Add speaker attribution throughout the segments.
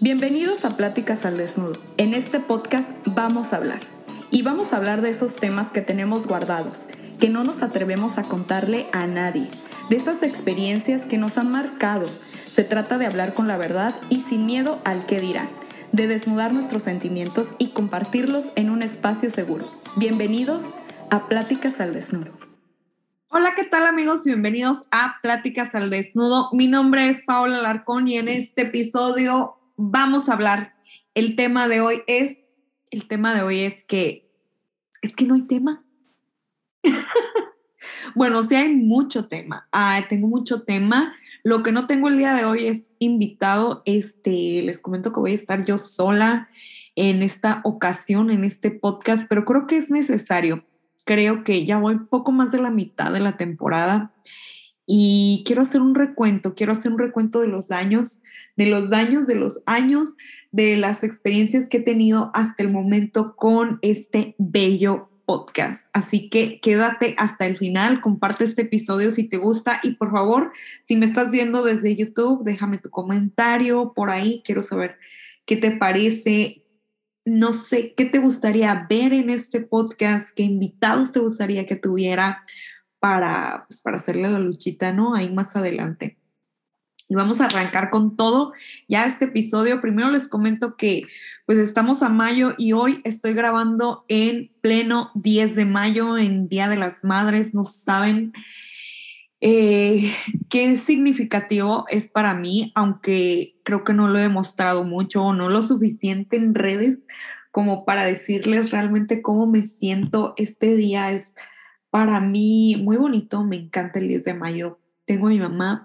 Speaker 1: Bienvenidos a Pláticas al Desnudo. En este podcast vamos a hablar. Y vamos a hablar de esos temas que tenemos guardados, que no nos atrevemos a contarle a nadie, de esas experiencias que nos han marcado. Se trata de hablar con la verdad y sin miedo al qué dirán, de desnudar nuestros sentimientos y compartirlos en un espacio seguro. Bienvenidos a Pláticas al Desnudo.
Speaker 2: Hola, ¿qué tal amigos? Bienvenidos a Pláticas al Desnudo. Mi nombre es Paola Alarcón y en este episodio vamos a hablar. El tema de hoy es que no hay tema. Bueno, sí hay mucho tema. Tengo mucho tema. Lo que no tengo el día de hoy es invitado. Les comento que voy a estar yo sola en esta ocasión, en este podcast, pero creo que es necesario. Creo que ya voy poco más de la mitad de la temporada y quiero hacer un recuento de los daños, de los años, de las experiencias que he tenido hasta el momento con este bello podcast. Así que quédate hasta el final, comparte este episodio si te gusta y por favor, si me estás viendo desde YouTube, déjame tu comentario por ahí, quiero saber qué te parece. No sé, ¿qué te gustaría ver en este podcast? ¿Qué invitados te gustaría que tuviera para hacerle la luchita, ¿no? Ahí más adelante. Y vamos a arrancar con todo ya este episodio. Primero les comento que pues estamos a mayo y hoy estoy grabando en pleno 10 de mayo, en Día de las Madres. No saben qué significativo es para mí, aunque creo que no lo he demostrado mucho o no lo suficiente en redes como para decirles realmente cómo me siento. Este día es para mí muy bonito, me encanta el 10 de mayo. Tengo a mi mamá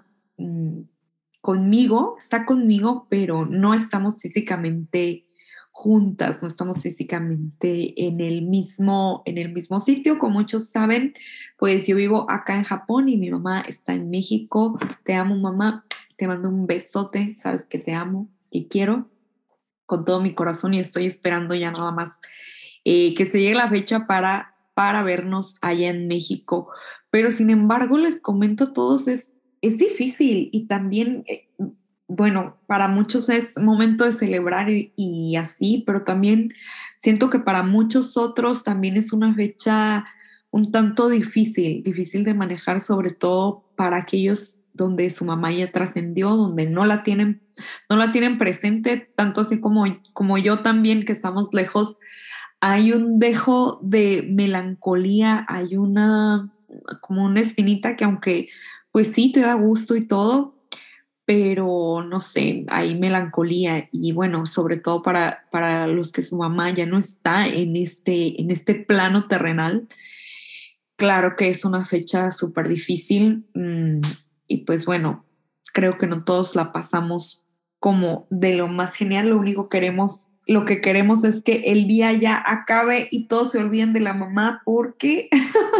Speaker 2: conmigo, está conmigo, pero no estamos físicamente juntas, no estamos físicamente en el mismo sitio. Como muchos saben, pues yo vivo acá en Japón y mi mamá está en México. Te amo, mamá, te mando un besote, sabes que te amo y quiero con todo mi corazón y estoy esperando ya nada más que se llegue la fecha para vernos allá en México. Pero sin embargo, les comento a todos, es difícil y también, bueno, para muchos es momento de celebrar y así, pero también siento que para muchos otros también es una fecha un tanto difícil de manejar, sobre todo para aquellos donde su mamá ya trascendió, donde no la tienen presente, tanto así como yo también, que estamos lejos. Hay un dejo de melancolía, hay como una espinita que aunque pues sí te da gusto y todo, pero no sé, hay melancolía y bueno, sobre todo para los que su mamá ya no está en este plano terrenal. Claro que es una fecha súper difícil y pues bueno, creo que no todos la pasamos como de lo más genial. Lo que queremos es que el día ya acabe y todos se olviden de la mamá porque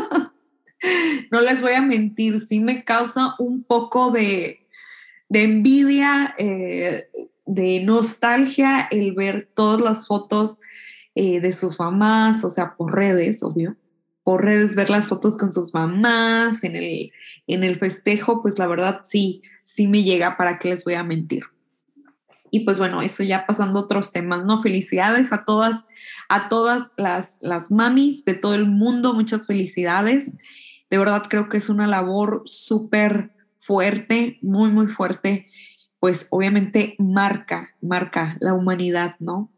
Speaker 2: no les voy a mentir, sí me causa un poco de envidia, de nostalgia el ver todas las fotos de sus mamás, o sea, por redes, obvio, por redes ver las fotos con sus mamás en el festejo, pues la verdad sí me llega, ¿para qué les voy a mentir? Y pues bueno, eso ya pasando a otros temas, ¿no? Felicidades a todas las mamis de todo el mundo, muchas felicidades. De verdad creo que es una labor súper fuerte, muy, muy fuerte. Pues obviamente marca la humanidad, ¿no?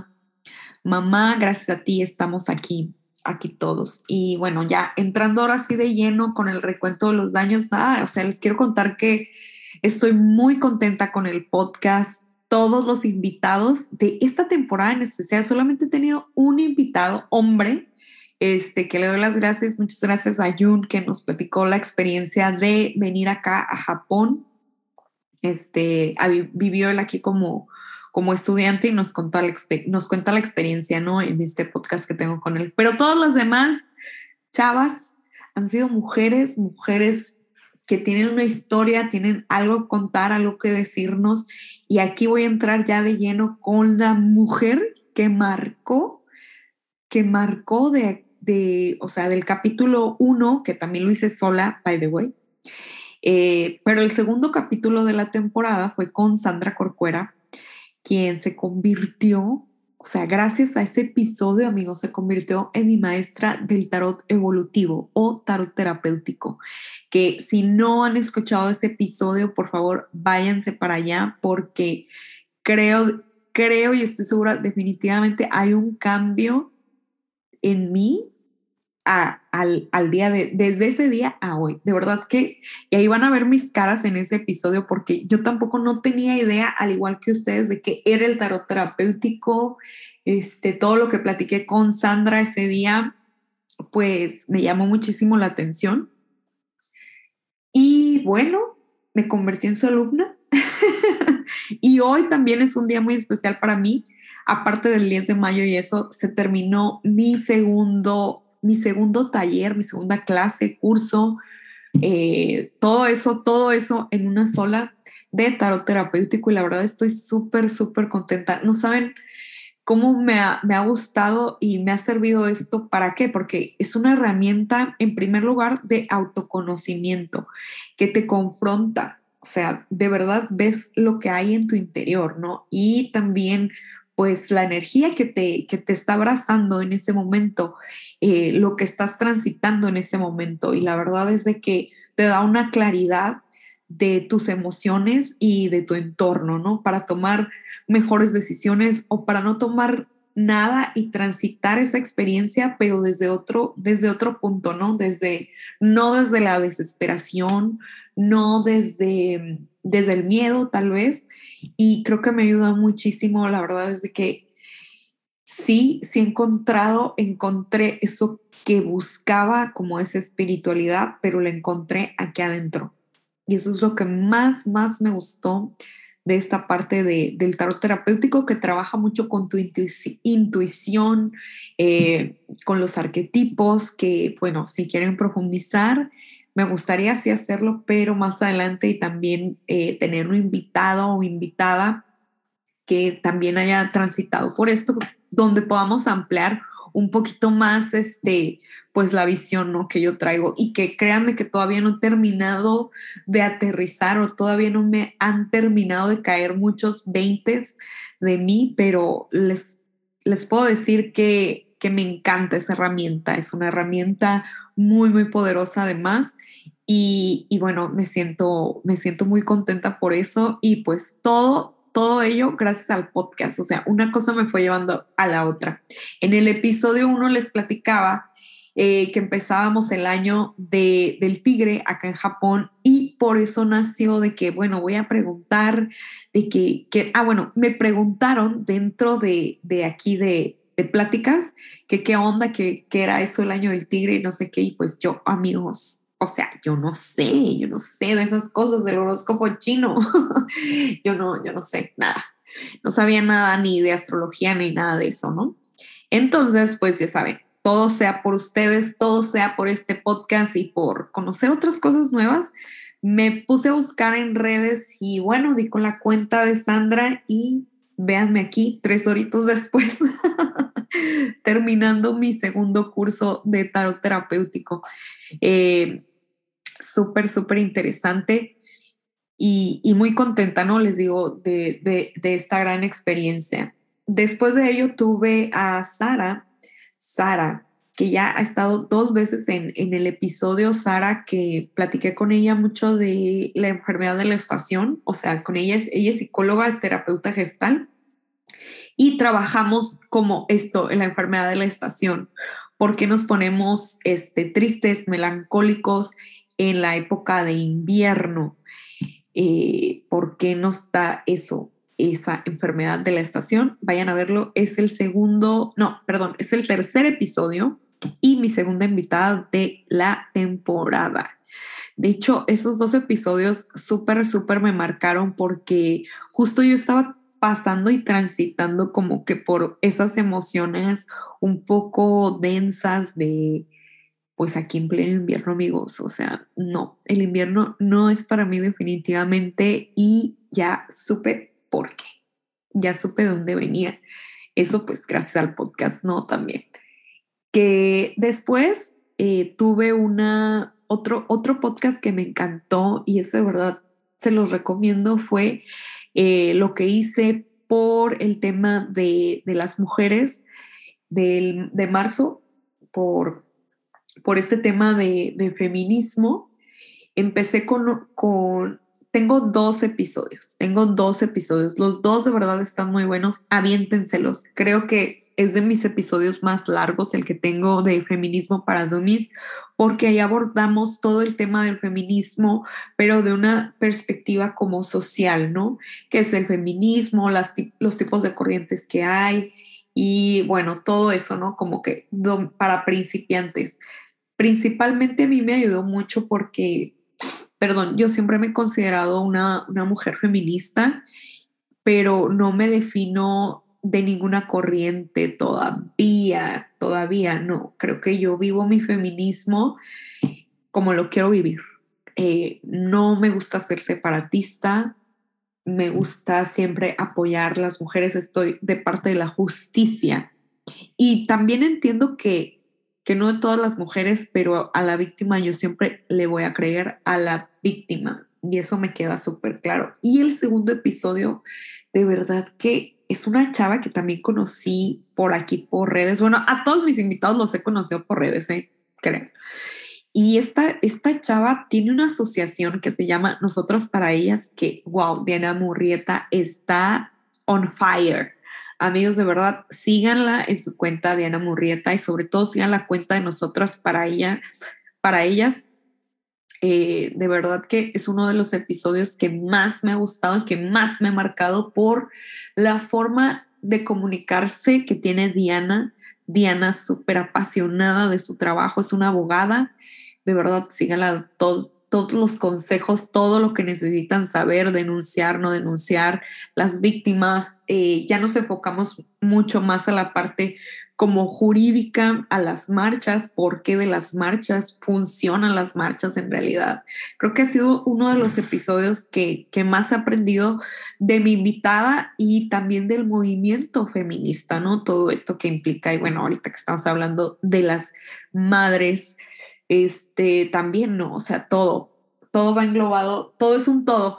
Speaker 2: Mamá, gracias a ti estamos aquí todos. Y bueno, ya entrando ahora sí de lleno con el recuento de los daños, o sea, les quiero contar que estoy muy contenta con el podcast. Todos los invitados de esta temporada en especial, solamente he tenido un invitado, hombre, que le doy las gracias, muchas gracias a Jun, que nos platicó la experiencia de venir acá a Japón. Vivió él aquí como estudiante y nos cuenta la experiencia, ¿no? En este podcast que tengo con él. Pero todas las demás chavas han sido mujeres que tienen una historia, tienen algo que contar, algo que decirnos. Y aquí voy a entrar ya de lleno con la mujer que marcó o sea, del capítulo 1, que también lo hice sola, by the way. Pero el segundo capítulo de la temporada fue con Sandra Corcuera, quien se convirtió, o sea, gracias a ese episodio, amigos, se convirtió en mi maestra del tarot evolutivo o tarot terapéutico, que si no han escuchado ese episodio, por favor, váyanse para allá porque creo y estoy segura, definitivamente hay un cambio en mí al día desde ese día a hoy. De verdad que, y ahí van a ver mis caras en ese episodio porque yo tampoco no tenía idea, al igual que ustedes, de que era el tarot terapéutico. Todo lo que platiqué con Sandra ese día, pues me llamó muchísimo la atención. Y bueno, me convertí en su alumna. Y hoy también es un día muy especial para mí. Aparte del 10 de mayo y eso, se terminó mi segundo taller, mi segunda clase, curso, todo eso en una sola de tarot terapéutico y la verdad estoy súper, súper contenta. No saben cómo me ha gustado y me ha servido esto. ¿Para qué? Porque es una herramienta, en primer lugar, de autoconocimiento que te confronta. O sea, de verdad ves lo que hay en tu interior, ¿no? Y también, pues, la energía que te está abrazando en ese momento, lo que estás transitando en ese momento. Y la verdad es de que te da una claridad de tus emociones y de tu entorno, ¿no? Para tomar mejores decisiones o para no tomar nada y transitar esa experiencia, pero desde otro punto, ¿no? No desde la desesperación, no desde el miedo, tal vez. Y creo que me ayuda muchísimo, la verdad es de que sí encontré eso que buscaba como esa espiritualidad, pero la encontré aquí adentro. Y eso es lo que más me gustó de esta parte del tarot terapéutico, que trabaja mucho con tu intuición, con los arquetipos, que bueno, si quieren profundizar, me gustaría así hacerlo, pero más adelante y también tener un invitado o invitada que también haya transitado por esto, donde podamos ampliar un poquito más pues la visión, ¿no?, que yo traigo, y que créanme que todavía no he terminado de aterrizar o todavía no me han terminado de caer muchos veintes de mí, pero les puedo decir que me encanta esa herramienta. Es una herramienta muy poderosa además. Y bueno, me siento muy contenta por eso y pues todo ello gracias al podcast. O sea, una cosa me fue llevando a la otra. En el episodio 1 les platicaba que empezábamos el año del tigre acá en Japón y por eso nació de que, bueno, voy a preguntar bueno, me preguntaron dentro de aquí de pláticas que qué onda, que era eso el año del tigre y no sé qué, y pues yo, amigos, o sea, yo no sé de esas cosas del horóscopo chino. yo no sé nada. No sabía nada ni de astrología ni nada de eso, ¿no? Entonces, pues ya saben, todo sea por ustedes, todo sea por este podcast y por conocer otras cosas nuevas. Me puse a buscar en redes y bueno, di con la cuenta de Sandra y véanme aquí 3 horitos después, terminando mi segundo curso de tarot terapéutico. Súper interesante y muy contenta, ¿no? Les digo, de esta gran experiencia. Después de ello tuve a Sara, que ya ha estado 2 veces en el episodio. Sara, que platiqué con ella mucho de la enfermedad de la estación, o sea, con ella es psicóloga, es terapeuta gestal, y trabajamos como esto, en la enfermedad de la estación. ¿Por qué nos ponemos tristes, melancólicos en la época de invierno? ¿Por qué nos da esa enfermedad de la estación? Vayan a verlo, es el tercer episodio y mi segunda invitada de la temporada. De hecho, esos 2 episodios súper me marcaron porque justo yo estaba pasando y transitando como que por esas emociones un poco densas pues aquí en pleno invierno, amigos. O sea, no, el invierno no es para mí definitivamente y ya supe por qué. Ya supe de dónde venía. Eso pues gracias al podcast, ¿no? También. Que después tuve otro podcast que me encantó y eso de verdad se los recomiendo, fue lo que hice por el tema de las mujeres de marzo, por este tema de feminismo. Empecé tengo 2 episodios, los dos de verdad están muy buenos, aviéntenselos. Creo que es de mis episodios más largos el que tengo de Feminismo para Dummies, porque ahí abordamos todo el tema del feminismo, pero de una perspectiva como social, ¿no? ¿Qué es el feminismo? Los tipos de corrientes que hay y bueno, todo eso, ¿no? Como que para principiantes. Principalmente a mí me ayudó mucho porque, perdón, yo siempre me he considerado una mujer feminista, pero no me defino de ninguna corriente todavía no. Creo que yo vivo mi feminismo como lo quiero vivir. No me gusta ser separatista, me gusta siempre apoyar a las mujeres, estoy de parte de la justicia. Y también entiendo que no de todas las mujeres, pero a la víctima yo siempre le voy a creer a la víctima. Y eso me queda súper claro. Y el segundo episodio, de verdad que es una chava que también conocí por aquí, por redes. Bueno, a todos mis invitados los he conocido por redes, creo. Y esta chava tiene una asociación que se llama Nosotras para Ellas, que, wow, Diana Murrieta está on fire. Amigos, de verdad, síganla en su cuenta, Diana Murrieta, y sobre todo sigan la cuenta de Nosotras para ellas. De verdad que es uno de los episodios que más me ha gustado y que más me ha marcado por la forma de comunicarse que tiene Diana. Diana súper apasionada de su trabajo, es una abogada. De verdad, síganla, todos los consejos, todo lo que necesitan saber, denunciar, no denunciar, las víctimas. Ya nos enfocamos mucho más a la parte como jurídica, a las marchas, por qué de las marchas, funcionan las marchas en realidad. Creo que ha sido uno de los episodios que más he aprendido de mi invitada y también del movimiento feminista, ¿no? Todo esto que implica, y bueno, ahorita que estamos hablando de las madres, también, ¿no? O sea, todo va englobado, todo es un todo.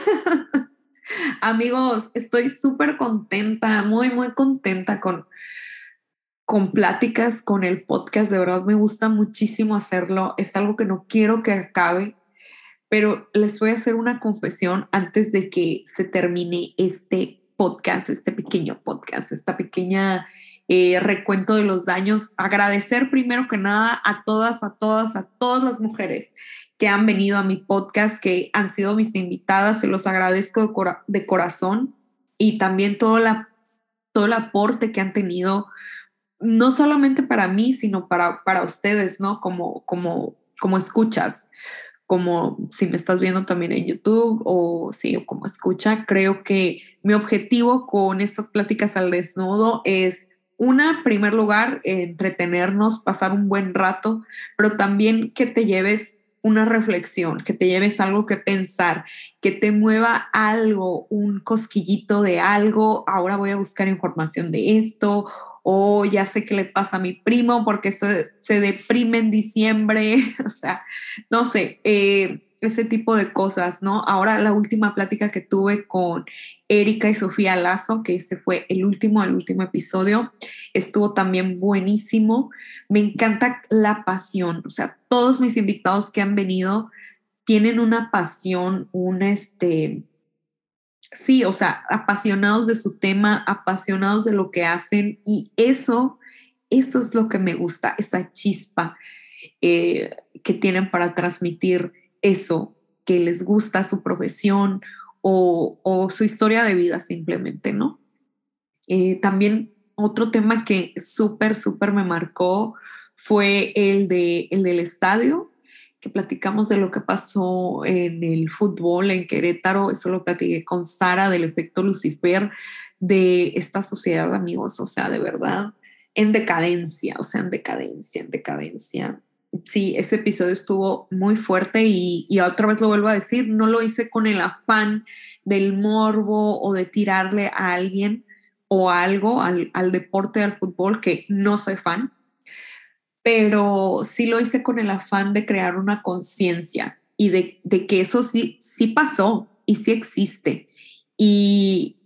Speaker 2: Amigos, estoy súper contenta, muy, muy contenta con pláticas, con el podcast. De verdad me gusta muchísimo hacerlo. Es algo que no quiero que acabe, pero les voy a hacer una confesión antes de que se termine este podcast, este pequeño podcast, esta pequeña recuento de los daños. Agradecer primero que nada a todas las mujeres que han venido a mi podcast, que han sido mis invitadas. Se los agradezco de corazón, y también todo el aporte que han tenido, no solamente para mí, sino para ustedes, ¿no? Como escuchas, como si me estás viendo también en YouTube o sí, o como escucha. Creo que mi objetivo con estas pláticas al desnudo es, en primer lugar, entretenernos, pasar un buen rato, pero también que te lleves una reflexión, que te lleves algo que pensar, que te mueva algo, un cosquillito de algo. Ahora voy a buscar información de esto, o ya sé qué le pasa a mi primo porque se deprime en diciembre. O sea, no sé, ese tipo de cosas, ¿no? Ahora la última plática que tuve con Erika y Sofía Lazo, que ese fue el último episodio, estuvo también buenísimo. Me encanta la pasión, o sea, todos mis invitados que han venido tienen una pasión, sí, o sea, apasionados de su tema, apasionados de lo que hacen, y eso es lo que me gusta, esa chispa que tienen para transmitir eso, que les gusta su profesión o su historia de vida simplemente, ¿no? También otro tema que súper, súper me marcó fue el del estadio, que platicamos de lo que pasó en el fútbol en Querétaro. Eso lo platiqué con Sara, del efecto Lucifer, de esta sociedad, amigos, o sea, de verdad, en decadencia, o sea, en decadencia, en decadencia. Sí, ese episodio estuvo muy fuerte, y otra vez lo vuelvo a decir, no lo hice con el afán del morbo o de tirarle a alguien o algo al deporte, al fútbol, que no soy fan, pero sí lo hice con el afán de crear una conciencia y de que eso sí pasó y sí existe. Y,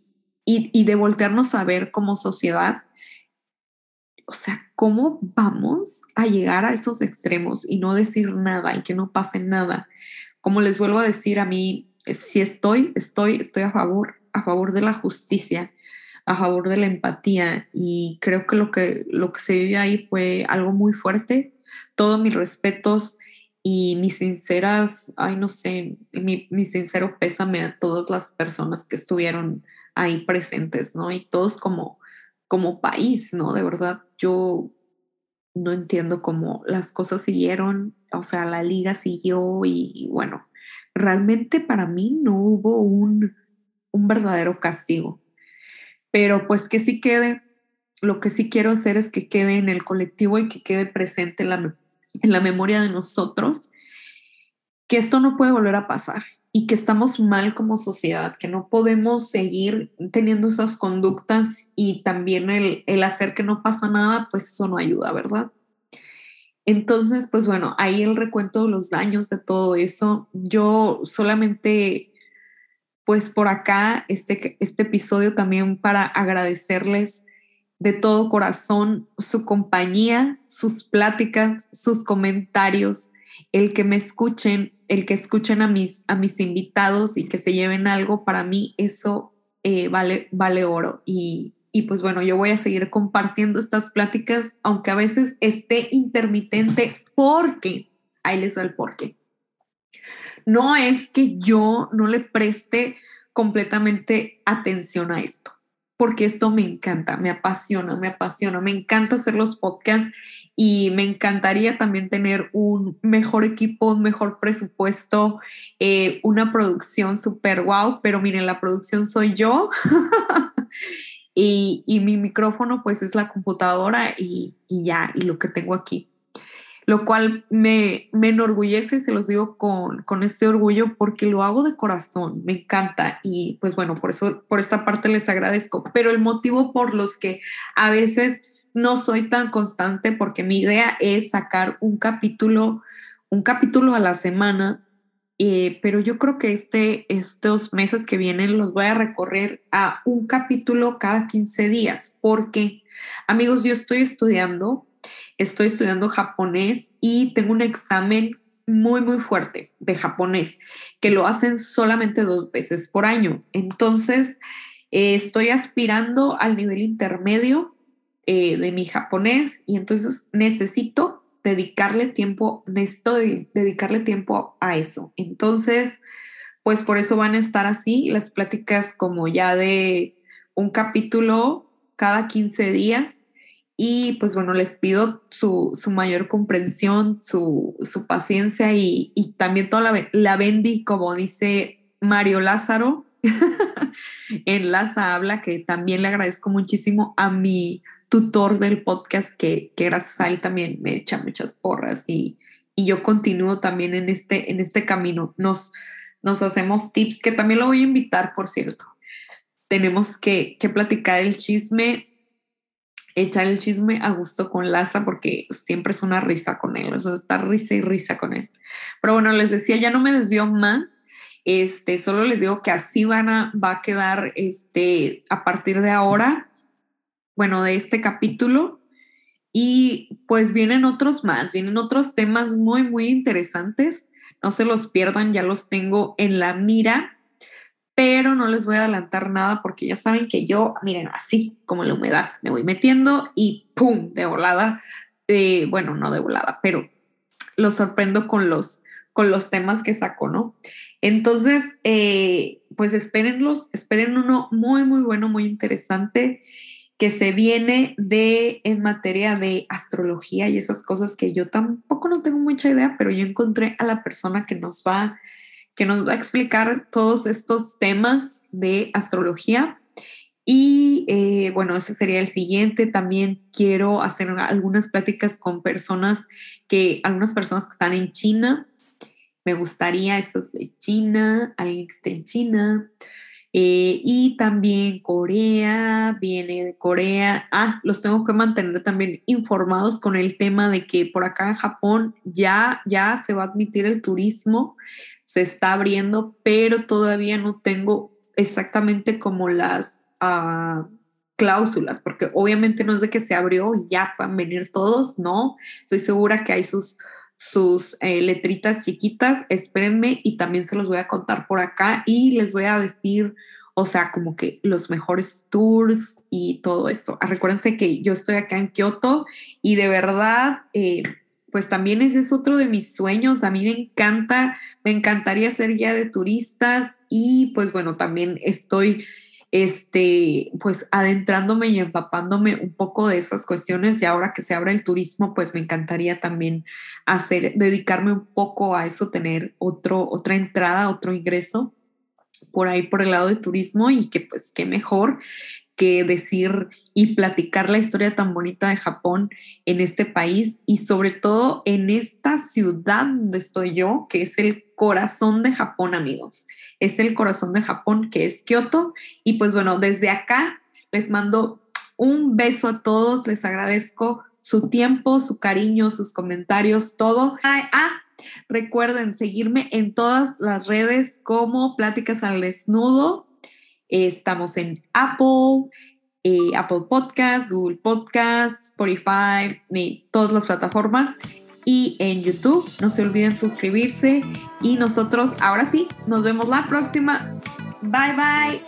Speaker 2: y de voltearnos a ver como sociedad. O sea, ¿cómo vamos a llegar a esos extremos y no decir nada y que no pase nada? Como les vuelvo a decir, a mí, si estoy a favor de la justicia, a favor de la empatía, y creo que lo que se vive ahí fue algo muy fuerte. Todos mis respetos y mis sinceras, ay, no sé, mi sincero pésame a todas las personas que estuvieron ahí presentes, ¿no? Y todos como país, ¿no? De verdad, yo no entiendo cómo las cosas siguieron, o sea, la liga siguió y bueno, realmente para mí no hubo un verdadero castigo, pero pues que sí quede, lo que sí quiero hacer es que quede en el colectivo y que quede presente en la memoria de nosotros, que esto no puede volver a pasar y que estamos mal como sociedad, que no podemos seguir teniendo esas conductas y también el hacer que no pasa nada, pues eso no ayuda, ¿verdad? Entonces, pues bueno, ahí el recuento de los daños de todo eso. Yo solamente, pues por acá, este episodio también para agradecerles de todo corazón su compañía, sus pláticas, sus comentarios, el que me escuchen, el que escuchen a mis invitados y que se lleven algo, para mí eso vale oro. Y pues bueno, yo voy a seguir compartiendo estas pláticas, aunque a veces esté intermitente, porque, ahí les da el porqué. No es que yo no le preste completamente atención a esto, porque esto me encanta, me apasiona, me encanta hacer los podcasts y me encantaría también tener un mejor equipo, un mejor presupuesto, una producción súper wow, pero miren, la producción soy yo. Y mi micrófono pues es la computadora y ya, y lo que tengo aquí, lo cual me enorgullece, se los digo con este orgullo, porque lo hago de corazón, me encanta y pues bueno, por eso, por esta parte les agradezco, pero el motivo por los que a veces no soy tan constante, porque mi idea es sacar un capítulo a la semana, pero yo creo que estos meses que vienen los voy a recorrer a un capítulo cada 15 días, porque amigos, yo estoy estudiando japonés y tengo un examen muy, muy fuerte de japonés, que lo hacen solamente 2 veces por año. Entonces, estoy aspirando al nivel intermedio de mi japonés y entonces necesito dedicarle tiempo a eso. Entonces, pues por eso van a estar así las pláticas como ya de un capítulo cada 15 días. Y pues bueno, les pido su mayor comprensión, su paciencia y también toda la bendi, como dice Mario Lázaro en Laza Habla, que también le agradezco muchísimo a mi tutor del podcast, que gracias a él también me echa muchas porras y yo continúo también en este camino. Nos hacemos tips, que también lo voy a invitar, por cierto. Tenemos que platicar el chisme, echar el chisme a gusto con Laza, porque siempre es una risa con él, o sea, está risa y risa con él. Pero bueno, les decía, ya no me desvío más. Solo les digo que así va a quedar a partir de ahora, bueno, de este capítulo. Y pues vienen otros temas muy, muy interesantes. No se los pierdan, ya los tengo en la mira, pero no les voy a adelantar nada porque ya saben que yo, miren, así como la humedad, me voy metiendo y ¡pum! De volada, bueno, no de volada, pero los sorprendo con los temas que saco, ¿no? Entonces, pues esperen uno muy, muy bueno, muy interesante, que se viene en materia de astrología y esas cosas que yo tampoco no tengo mucha idea, pero yo encontré a la persona que nos va a explicar todos estos temas de astrología. Y bueno, ese sería el siguiente. También quiero hacer algunas pláticas con algunas personas que están en China. Me gustaría estas de China, alguien que esté en China. Y también Corea, viene de Corea. Los tengo que mantener también informados con el tema de que por acá en Japón ya se va a admitir el turismo, se está abriendo, pero todavía no tengo exactamente como cláusulas, porque obviamente no es de que se abrió y ya van a venir todos, no. Estoy segura que hay sus letritas chiquitas, espérenme, y también se los voy a contar por acá y les voy a decir, o sea, como que los mejores tours y todo esto. Recuérdense que yo estoy acá en Kioto y de verdad, pues también ese es otro de mis sueños. A mí me encantaría ser guía de turistas y pues bueno, también estoy pues adentrándome y empapándome un poco de esas cuestiones, y ahora que se abre el turismo, pues me encantaría también dedicarme un poco a eso, tener otra entrada, otro ingreso por ahí por el lado de turismo, y que pues qué mejor que decir y platicar la historia tan bonita de Japón en este país y sobre todo en esta ciudad donde estoy yo, que es el corazón de Japón, amigos. Es el corazón de Japón, que es Kioto. Y pues bueno, desde acá les mando un beso a todos, les agradezco su tiempo, su cariño, sus comentarios, todo. Recuerden seguirme en todas las redes como Pláticas al Desnudo. Estamos en Apple Podcast, Google Podcast, Spotify, todas las plataformas, y en YouTube. No se olviden suscribirse y nosotros ahora sí nos vemos la próxima. Bye bye.